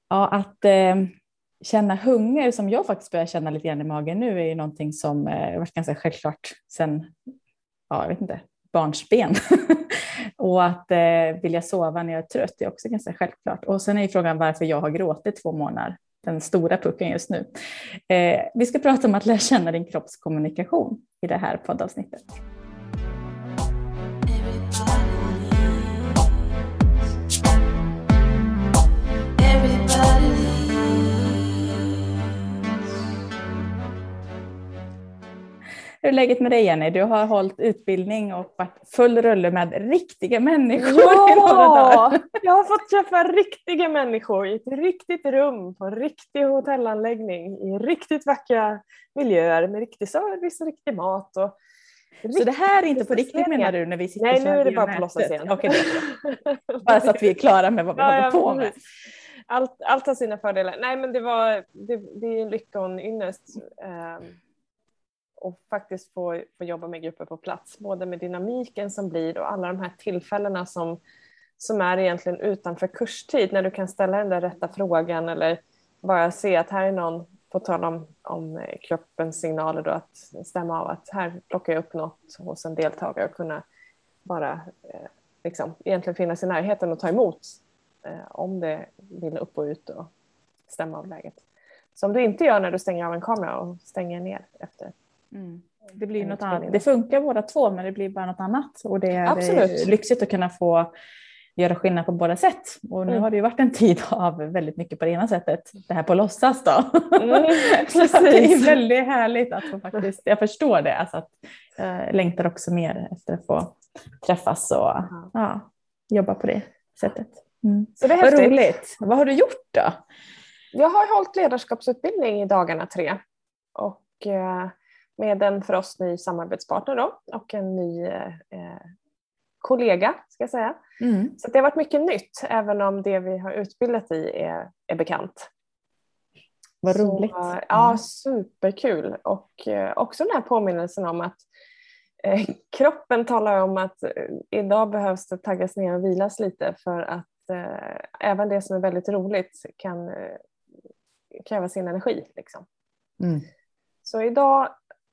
Ja, att känna hunger som jag faktiskt börjar känna lite grann i magen nu är ju någonting som varit ganska självklart sen, ja, jag vet inte, barnsben. Och att vilja sova när jag är trött är också ganska självklart. Och sen är ju frågan varför jag har gråtit 2 månader, den stora pucken just nu. Vi ska prata om att lära känna din kroppskommunikation i det här poddavsnittet. Hur är läget med dig, Jenny? Du har hållit utbildning och varit full rulle med riktiga människor i några dagar. Jag har fått träffa riktiga människor i ett riktigt rum på en riktig hotellanläggning i riktigt vackra miljöer med riktig service och riktig mat. Och så det här är inte på riktigt, menar du, när vi sitter? Nej, nu är det bara på låtsas igen. Okej, bara så att vi är klara med vad vi håller på med. Allt har sina fördelar. Nej, men det är en lycka och en ynnest. Och faktiskt få jobba med grupper på plats. Både med dynamiken som blir och alla de här tillfällena som är egentligen utanför kurstid. När du kan ställa den där rätta frågan eller bara se att här är någon, på tal om kroppens signaler då, att stämma av att här plockar jag upp något hos en deltagare och kunna bara liksom, egentligen finnas i närheten och ta emot om det vill upp och ut och stämma av läget. Som du inte gör när du stänger av en kamera och stänger ner efter. Det blir något annat. Det funkar båda två, men det blir bara något annat. Och det är absolut lyxigt att kunna få göra skillnad på båda sätt. Och nu har det ju varit en tid av väldigt mycket på det ena sättet. Det här på låtsas då. Så det är väldigt härligt att få faktiskt, jag förstår det. Alltså att jag längtar också mer efter att få träffas och jobba på det sättet. Så det är vad roligt. Vad har du gjort då? Jag har hållit ledarskapsutbildning i dagarna 3. Och med en för oss ny samarbetspartner då, och en ny kollega ska jag säga. Så det har varit mycket nytt, även om det vi har utbildat i är bekant. Vad roligt. Ja, superkul. Och också den här påminnelsen om att kroppen talar om att idag behövs det taggas ner och vilas lite, för att även det som är väldigt roligt kan kräva sin energi liksom. Så idag,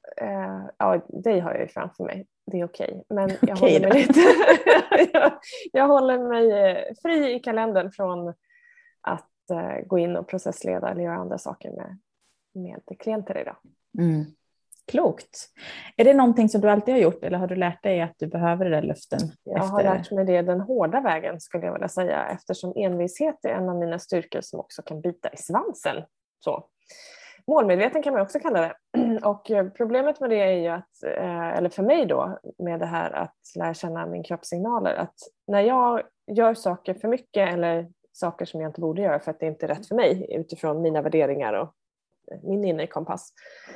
dig har jag ju framför mig, det är okej. Men jag håller mig lite jag håller mig fri i kalendern från att gå in och processleda eller göra andra saker med klienter idag. Klokt. Är det någonting som du alltid har gjort, eller har du lärt dig att du behöver den luften? Jag har lärt mig det den hårda vägen, skulle jag vilja säga, eftersom envishet är en av mina styrkor som också kan bita i svansen. Så. Målmedveten kan man också kalla det. Och problemet med det är ju att, eller för mig då, med det här att lära känna min kroppssignaler, att när jag gör saker för mycket eller saker som jag inte borde göra för att det inte är rätt för mig utifrån mina värderingar och min inre kompass,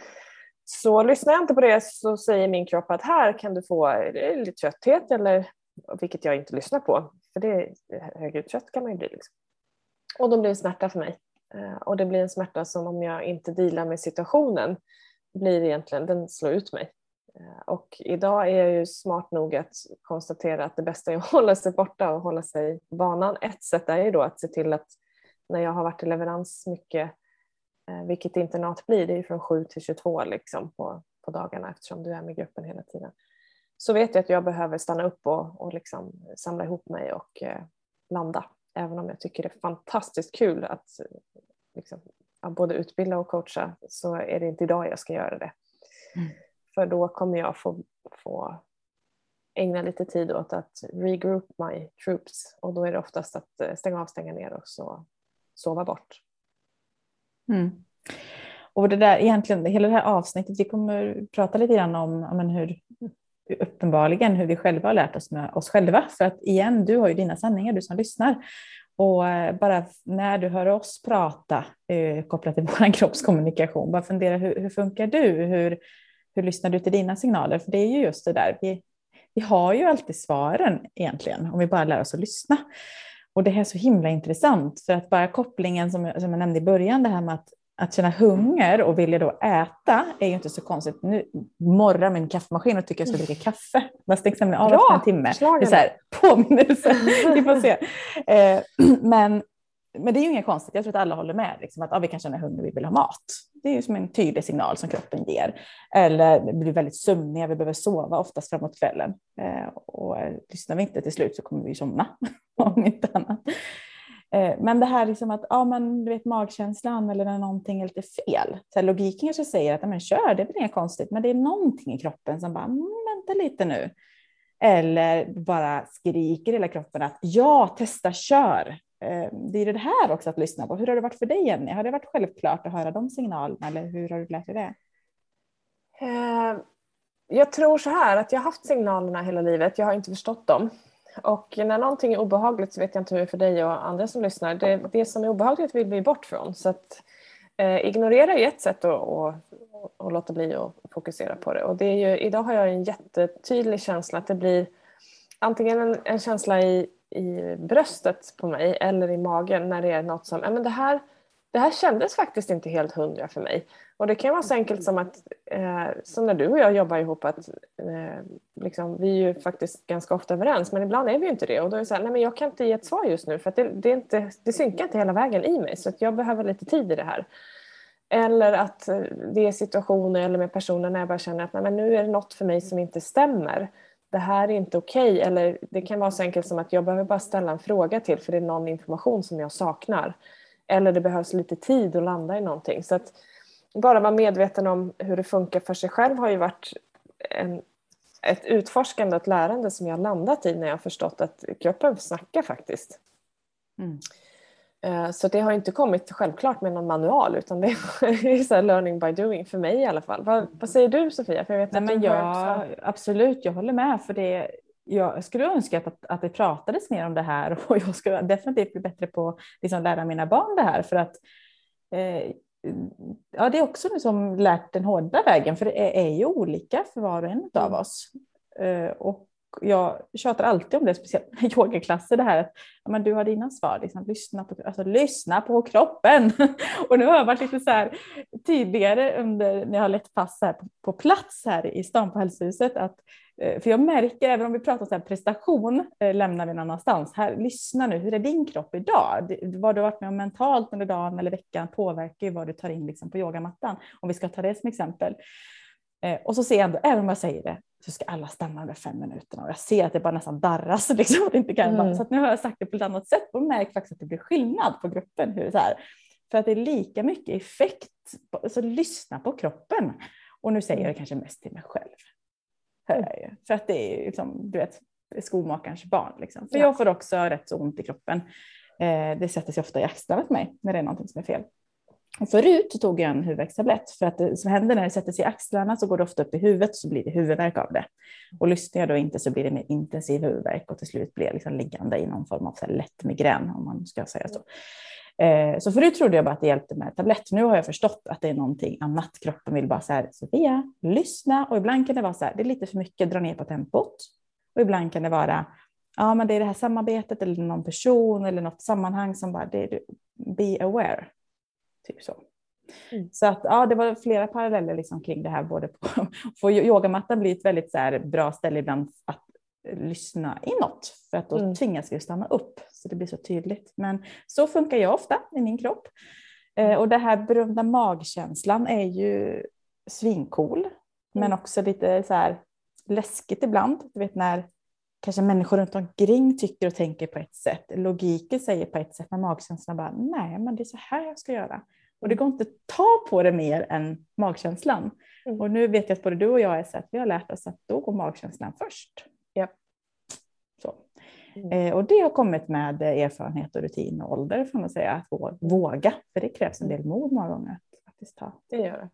så lyssnar jag inte på det, så säger min kropp att här kan du få lite trötthet, eller, vilket jag inte lyssnar på, för det högre trött kan man ju bli liksom. Och då blir det smärta för mig. Och det blir en smärta som, om jag inte dealar med situationen, blir egentligen, den slår ut mig. Och idag är jag ju smart nog att konstatera att det bästa är att hålla sig borta och hålla sig på banan. Ett sätt är ju då att se till att när jag har varit i leverans mycket, vilket internat blir, det är från 7 till 22 liksom på dagarna, eftersom du är med gruppen hela tiden, så vet jag att jag behöver stanna upp och liksom samla ihop mig och landa. Även om jag tycker det är fantastiskt kul att liksom, både utbilda och coacha, så är det inte idag jag ska göra det. För då kommer jag få ägna lite tid åt att regroup my troops. Och då är det oftast att stänga av, stänga ner och så sova bort. Och det där egentligen, hela det här avsnittet, vi kommer prata lite grann om hur uppenbarligen hur vi själva har lärt oss med oss själva. För att igen, du har ju dina sanningar, du som lyssnar. Och bara när du hör oss prata kopplat till vår kroppskommunikation, bara fundera, hur funkar du? Hur lyssnar du till dina signaler? För det är ju just det där, vi har ju alltid svaren egentligen, om vi bara lär oss att lyssna. Och det här är så himla intressant, för att bara kopplingen som jag nämnde i början, det här med att känna hunger och vilja då äta är ju inte så konstigt. Nu morrar min kaffemaskin och tycker jag ska dricka kaffe. Man stängs nämligen av efter en timme. Det är så här, påminnelse. Vi får se. Men men det är ju inget konstigt. Jag tror att alla håller med. Liksom, att vi kan känna hunger, vi vill ha mat. Det är ju som en tydlig signal som kroppen ger. Eller vi blir väldigt sömniga, vi behöver sova oftast framåt kvällen. Och lyssnar vi inte till slut så kommer vi somna. Om inte annat. Men det här liksom att men, du vet, magkänslan eller när någonting är lite fel. Så här, logiken kanske säger att men, kör, det är väl inget konstigt. Men det är någonting i kroppen som bara, vänta lite nu. Eller bara skriker i hela kroppen att testa, kör. Det är det här också att lyssna på. Hur har det varit för dig, Jenny? Har det varit självklart att höra de signalerna? Eller hur har du lärt dig det? Jag tror så här att jag har haft signalerna hela livet. Jag har inte förstått dem. Och när någonting är obehagligt så vet jag inte hur det är för dig och andra som lyssnar. Det som är obehagligt vill vi bort från. Så att ignorera är ett sätt att låta bli och fokusera på det. Och det är ju, idag har jag en jättetydlig känsla att det blir antingen en känsla i bröstet på mig eller i magen när det är något som, men det här kändes faktiskt inte helt 100 för mig. Och det kan vara så enkelt som att, som när du och jag jobbar ihop, att liksom, vi är ju faktiskt ganska ofta överens, men ibland är vi ju inte det. Och då är det så här, nej men jag kan inte ge ett svar just nu för att det synkar inte hela vägen i mig, så att jag behöver lite tid i det här. Eller att det är situationer eller med personer när jag bara känner att nej, men nu är det något för mig som inte stämmer. Det här är inte okej. Eller det kan vara så enkelt som att jag behöver bara ställa en fråga till för det är någon information som jag saknar. Eller det behövs lite tid att landa i någonting. Så att bara vara medveten om hur det funkar för sig själv har ju varit ett utforskande och ett lärande som jag har landat i när jag har förstått att kroppen snackar faktiskt. Mm. Så det har inte kommit självklart med någon manual, utan det är så här learning by doing för mig i alla fall. Vad säger du, Sofia? För jag vet absolut, jag håller med. För jag skulle önska att det pratades mer om det här, och jag skulle definitivt bli bättre på att liksom lära mina barn det här. För att det är också som lärt den hårda vägen, för det är ju olika för var och en av oss. Och jag tjatar alltid om det, speciellt i yogaklasser, det här att men du har dina svar, liksom, lyssna på kroppen. Och nu har jag varit lite så här tydligare när jag har lett pass här på plats här i stan på Hälsohuset, att för jag märker, även om vi pratar så här prestation, lämnar vi någon annanstans. Här, lyssna nu, hur är din kropp idag? Vad du har varit med om mentalt under dagen eller veckan påverkar ju vad du tar in liksom på yogamattan. Om vi ska ta det som exempel. Och så ser jag ändå, även om jag säger det, så ska alla stanna de 5 minuterna. Och jag ser att det bara nästan darras. Liksom, att det inte kan. Så att nu har jag sagt det på ett annat sätt. Och märker faktiskt att det blir skillnad på gruppen. Hur så här. För att det är lika mycket effekt. Så lyssna på kroppen. Och nu säger jag det kanske mest till mig själv. För att det är liksom, du vet, skomakarens barn. Liksom. För jag får också rätt så ont i kroppen. Det sätter sig ofta i axlarna på mig när det är någonting som är fel. Och förut tog jag en huvudvärkstablett, för att det som händer när det sätter sig i axlarna så går det ofta upp i huvudet, så blir det huvudvärk av det. Och lyssnar jag då inte så blir det mer intensiv huvudvärk och till slut blir jag liksom liggande i någon form av så här lätt migrän, om man ska säga så. Så förut trodde jag bara att det hjälpte med tablett. Nu har jag förstått att det är någonting annat. Kroppen vill bara så här, Sofia, lyssna. Och ibland kan det vara så här, det är lite för mycket, dra ner på tempot. Och ibland kan det vara, men det är det här samarbetet eller någon person eller något sammanhang som bara, be aware. Typ så. Så att det var flera paralleller liksom kring det här, både på yogamattan blir ett väldigt så här bra ställe ibland att lyssna inåt, för att då tvingas vi stanna upp, så det blir så tydligt. Men så funkar jag ofta i min kropp. Och det här berömda magkänslan är ju svincool, men också lite så här läskigt ibland. Du vet när kanske människor runt omkring tycker och tänker på ett sätt. Logiken säger på ett sätt, men magkänslan bara, nej men det är så här jag ska göra. Och det går inte att ta på det mer än magkänslan. Och nu vet jag att både du och jag är så att vi har lärt oss att då går magkänslan först. Yep. Så. Och det har kommit med erfarenhet och rutin och ålder, får man säga, att våga. För det krävs en del mod många gånger att faktiskt ta. Det gör det.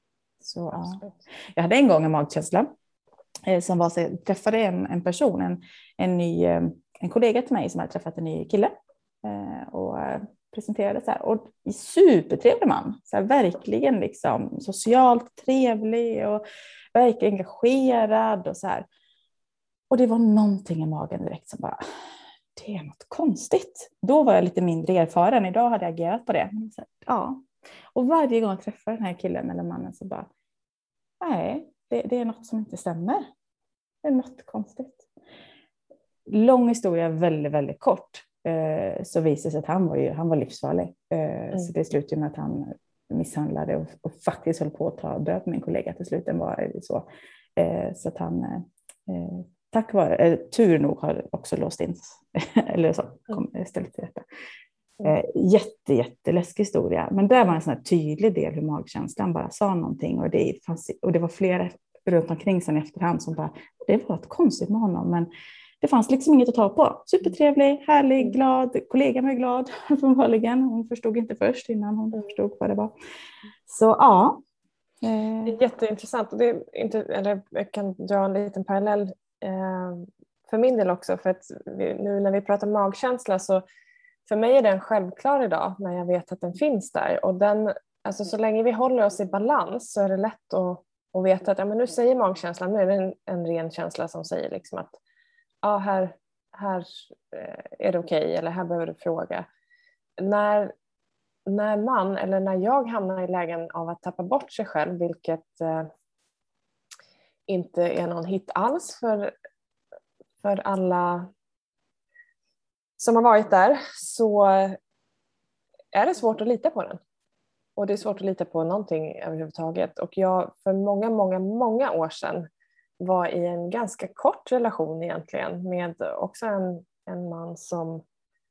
Så, jag hade en gång en magkänsla. Som var så, jag träffade en person, en kollega till mig som hade träffat en ny kille och presenterade så här, och supertrevlig man, så här, verkligen liksom socialt trevlig och verkligen engagerad och så här. Och det var någonting i magen direkt som bara, det är något konstigt. Då var jag lite mindre erfaren, idag hade jag agerat på det. Så här, och varje gång jag träffade den här killen eller mannen så bara, nej, det är något som inte stämmer. Det är något konstigt. Lång historia, väldigt, väldigt kort. så visade det sig att han var livsfarlig. Så det slutade med att han misshandlade och faktiskt höll på att ta död på min kollega till slut. Var så. Så att han tack vare, tur nog har också låst in eller så, ställt till rätta. Jätteläskig historia. Men det var en sån här tydlig del hur magkänslan bara sa någonting. Och det var flera runt omkring sen efterhand som bara, det var ett konstigt med honom. Men det fanns liksom inget att ta på. Supertrevlig, härlig, glad. Kollegan var glad förmodligen. Hon förstod inte först innan hon förstod vad det var. Så ja. Det är jätteintressant. Och det är inte, eller jag kan dra en liten parallell för min del också. För att nu när vi pratar magkänsla så för mig är den självklar idag när jag vet att den finns där. Och den, alltså så länge vi håller oss i balans så är det lätt att veta att ja, men nu säger magkänslan, nu är det en ren känsla som säger liksom att ja, här är det okej, eller här behöver du fråga. När man eller när jag hamnar i lägen av att tappa bort sig själv, vilket inte är någon hit alls för alla som har varit där, så är det svårt att lita på den. Och det är svårt att lita på någonting överhuvudtaget. Och jag för många år sedan var i en ganska kort relation egentligen med också en man som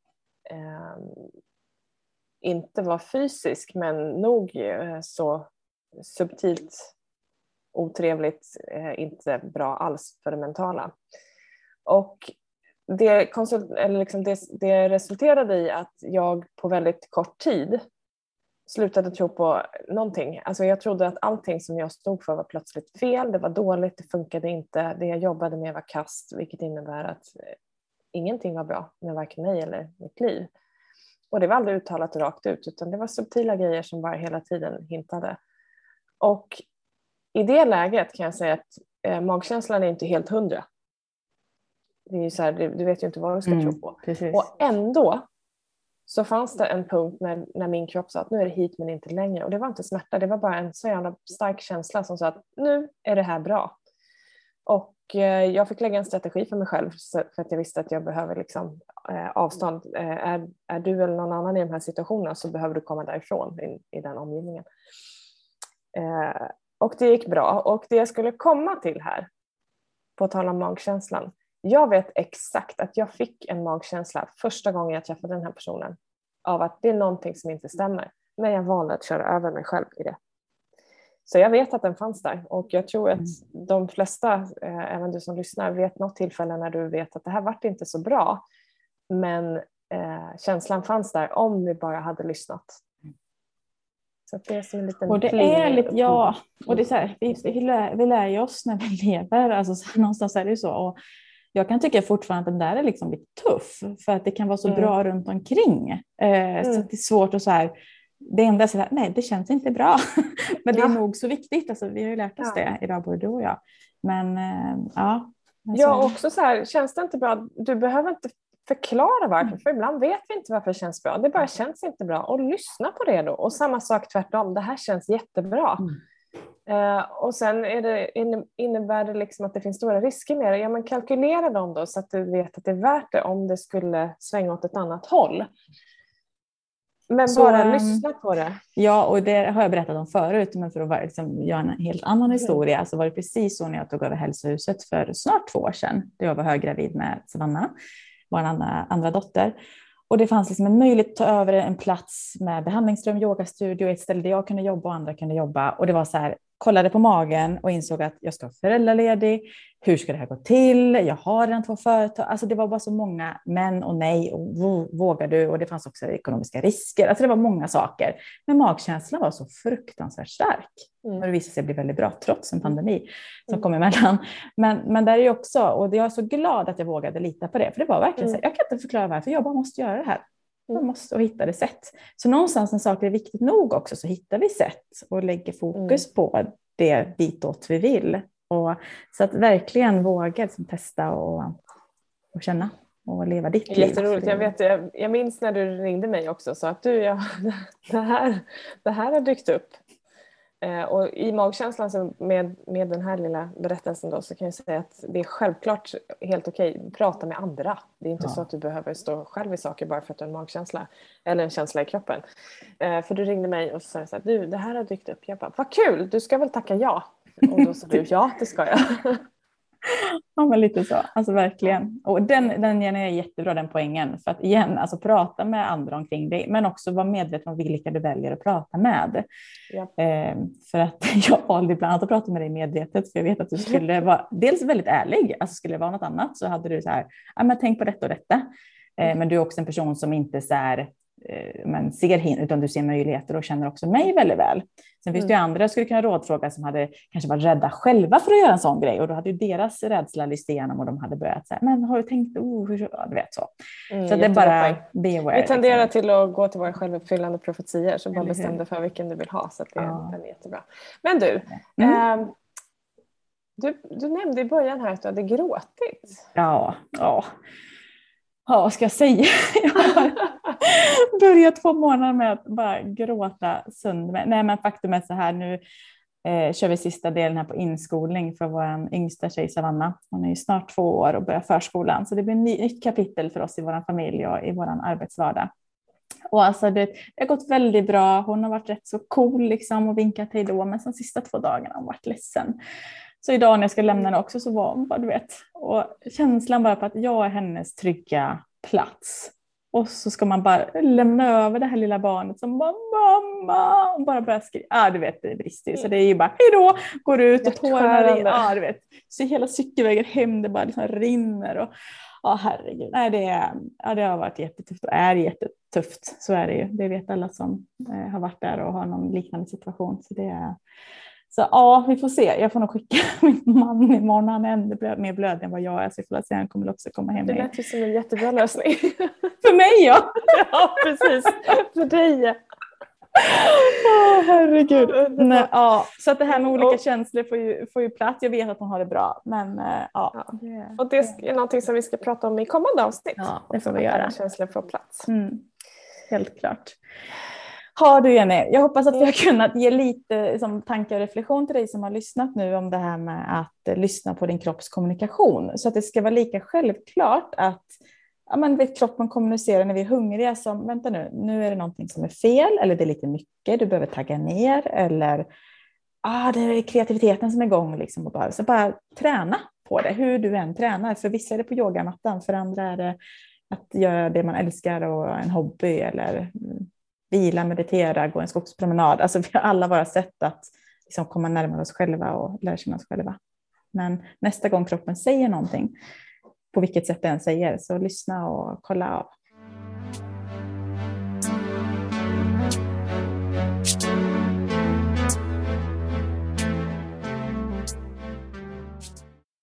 inte var fysisk men nog så subtilt otrevligt, inte bra alls för det mentala. Och det resulterade i att jag på väldigt kort tid slutade tro på någonting. Alltså jag trodde att allting som jag stod för var plötsligt fel. Det var dåligt, det funkade inte. Det jag jobbade med var kast, vilket innebär att ingenting var bra med varken mig eller mitt liv. Och det var aldrig uttalat rakt ut, utan det var subtila grejer som bara hela tiden hintade. Och i det läget kan jag säga att magkänslan är inte helt 100. Det är ju så här, du vet ju inte vad du ska tro på. Precis. Och ändå så fanns det en punkt när min kropp sa att nu är det hit men inte längre. Och det var inte smärta, det var bara en så jävla stark känsla som sa att nu är det här bra. Och jag fick lägga en strategi för mig själv för att jag visste att jag behöver liksom, avstånd. Är du eller någon annan i de här situationerna så behöver du komma därifrån i den omgivningen. Och det gick bra. Och det jag skulle komma till här, på tal om magkänslan. Jag vet exakt att jag fick en magkänsla första gången jag träffade den här personen. Av att det är någonting som inte stämmer. Men jag valde att köra över mig själv i det. Så jag vet att den fanns där. Och jag tror att de flesta, även du som lyssnar, vet något tillfälle när du vet att det här vart inte så bra. Men känslan fanns där om vi bara hade lyssnat. Så det är som en liten och det är lite, ja, och det är så här, vi lär ju oss när vi lever. Alltså, så, någonstans är det ju så. Och jag kan tycka fortfarande att den där är liksom lite tuff. För att det kan vara så bra runt omkring. Så det är svårt att så här. Det enda är så här, nej det känns inte bra. Men det är nog så viktigt. Alltså, vi har ju lärt oss det idag både du och jag. Men ja. Ja, också så här, känns det inte bra? Du behöver inte förklara varför. För ibland vet vi inte varför det känns bra. Det bara känns inte bra. Och lyssna på det då. Och samma sak tvärtom. Det här känns jättebra. Och sen innebär det liksom att det finns stora risker med det. Ja, men kalkylera dem då så att du vet att det är värt det om det skulle svänga åt ett annat håll. Men så, bara lyssna på det. Ja, och det har jag berättat om förut. Men för att liksom göra en helt annan historia så var det precis så när jag tog över hälsohuset för snart 2 år sedan. Då jag var höggravid med Savannah, vår andra dotter. Och det fanns liksom en möjlighet att ta över en plats med behandlingsrum, yogastudio, ett ställe där jag kunde jobba och andra kunde jobba. Och det var så här, kollade på magen och insåg att jag ska vara föräldraledig. Hur ska det här gå till? Jag har redan 2 företag. Alltså det var bara så många men och nej och vågar du? Och det fanns också ekonomiska risker. Alltså det var många saker. Men magkänslan var så fruktansvärt stark. Och det visade sig bli väldigt bra trots en pandemi som kom emellan. Men där är ju också, och jag är så glad att jag vågade lita på det. För det var verkligen så här, jag kan inte förklara varför, jag bara måste göra det här. Man måste hitta det sätt. Så någonstans när saker är viktigt nog också så hittar vi sätt och lägger fokus på det ditåt vi vill. Och, så att verkligen våga liksom, testa och känna och leva ditt liv. Jätteroligt. Jag minns när du ringde mig också så att det här har dykt upp. Och i magkänslan så med den här lilla berättelsen då, så kan jag säga att det är självklart helt okej att prata med andra. Det är inte så att du behöver stå själv i saker bara för att du har en magkänsla eller en känsla i kroppen. För du ringde mig och sa så här, du, det här har dykt upp. Jag bara, vad kul, du ska väl tacka ja. Och då sa du, ja det ska jag. Ja, men lite så. Alltså verkligen. Och den ger jag jättebra, den poängen. För att igen, alltså prata med andra omkring dig. Men också vara medveten om vilka du väljer att prata med. Ja. För att jag valde ibland att prata med dig medvetet. För jag vet att du skulle vara dels väldigt ärlig. Alltså skulle det vara något annat så hade du så här, ja men tänk på detta och detta. Men du är också en person som inte så här, men ser hinder, utan du ser möjligheter och känner också mig väldigt väl. Sen finns det ju andra jag skulle kunna rådfråga som hade kanske varit rädda själva för att göra en sån grej, och då hade ju deras rädsla lyst igenom och de hade börjat säga, men har du tänkt, ja, du vet så. Så det är bara be aware. Vi tenderar till att gå till våra självuppfyllande profetier, så bara bestäm dig för vilken du vill ha, så att det är jättebra. Men du, du nämnde i början här att du hade gråtit. Ja, vad ska jag säga? Jag har börjat 2 månader med att bara gråta sönder. Nej, men faktum är så här, nu kör vi sista delen här på inskolning för vår yngsta tjej Savannah. Hon är ju snart 2 år och börjar förskolan. Så det blir ett nytt kapitel för oss i vår familj och i vår arbetsvardag. Och alltså det har gått väldigt bra. Hon har varit rätt så cool liksom och vinkat hej då. Men de sista 2 dagarna har hon varit ledsen. Så idag när jag ska lämna henne också så var hon bara, du vet. Och känslan bara på att jag är hennes trygga plats. Och så ska man bara lämna över det här lilla barnet som bara, mamma, och bara börjar skriva. Du vet, det brister. Så det är ju bara, hej då, går ut och tårarna. Du vet. Så hela cykelvägen hem, det bara liksom rinner. Och herregud. Nej, det har varit jättetufft och är jättetufft. Så är det ju. Det vet alla som har varit där och har någon liknande situation. Så det är... Så ja, vi får se. Jag får nog skicka min man imorgon. Han är ännu mer blödig än vad jag är. Så jag får se, han kommer också komma hem. Det lät ju som en jättebra lösning. För mig, ja. Ja, precis. För dig. Herregud. Nej, så att det här med olika känslor får ju plats. Jag vet att hon har det bra. Men Och det är någonting som vi ska prata om i kommande avsnitt. Ja, det får vi göra. Känslor får plats. Helt klart. Ja du Jenny, jag hoppas att vi har kunnat ge lite som tankar och reflektion till dig som har lyssnat nu om det här med att lyssna på din kroppskommunikation. Så att det ska vara lika självklart att kroppen kommunicerar när vi är hungriga som, vänta nu är det någonting som är fel, eller det är lite mycket, du behöver tagga ner, eller det är kreativiteten som är igång liksom, och bara träna på det, hur du än tränar. För vissa är det på yogamattan, för andra är det att göra det man älskar och en hobby, eller vila, meditera, gå en skogspromenad. Alltså vi har alla våra sätt att liksom komma närmare oss själva och lära känna oss själva. Men nästa gång kroppen säger någonting, på vilket sätt den säger, så lyssna och kolla av.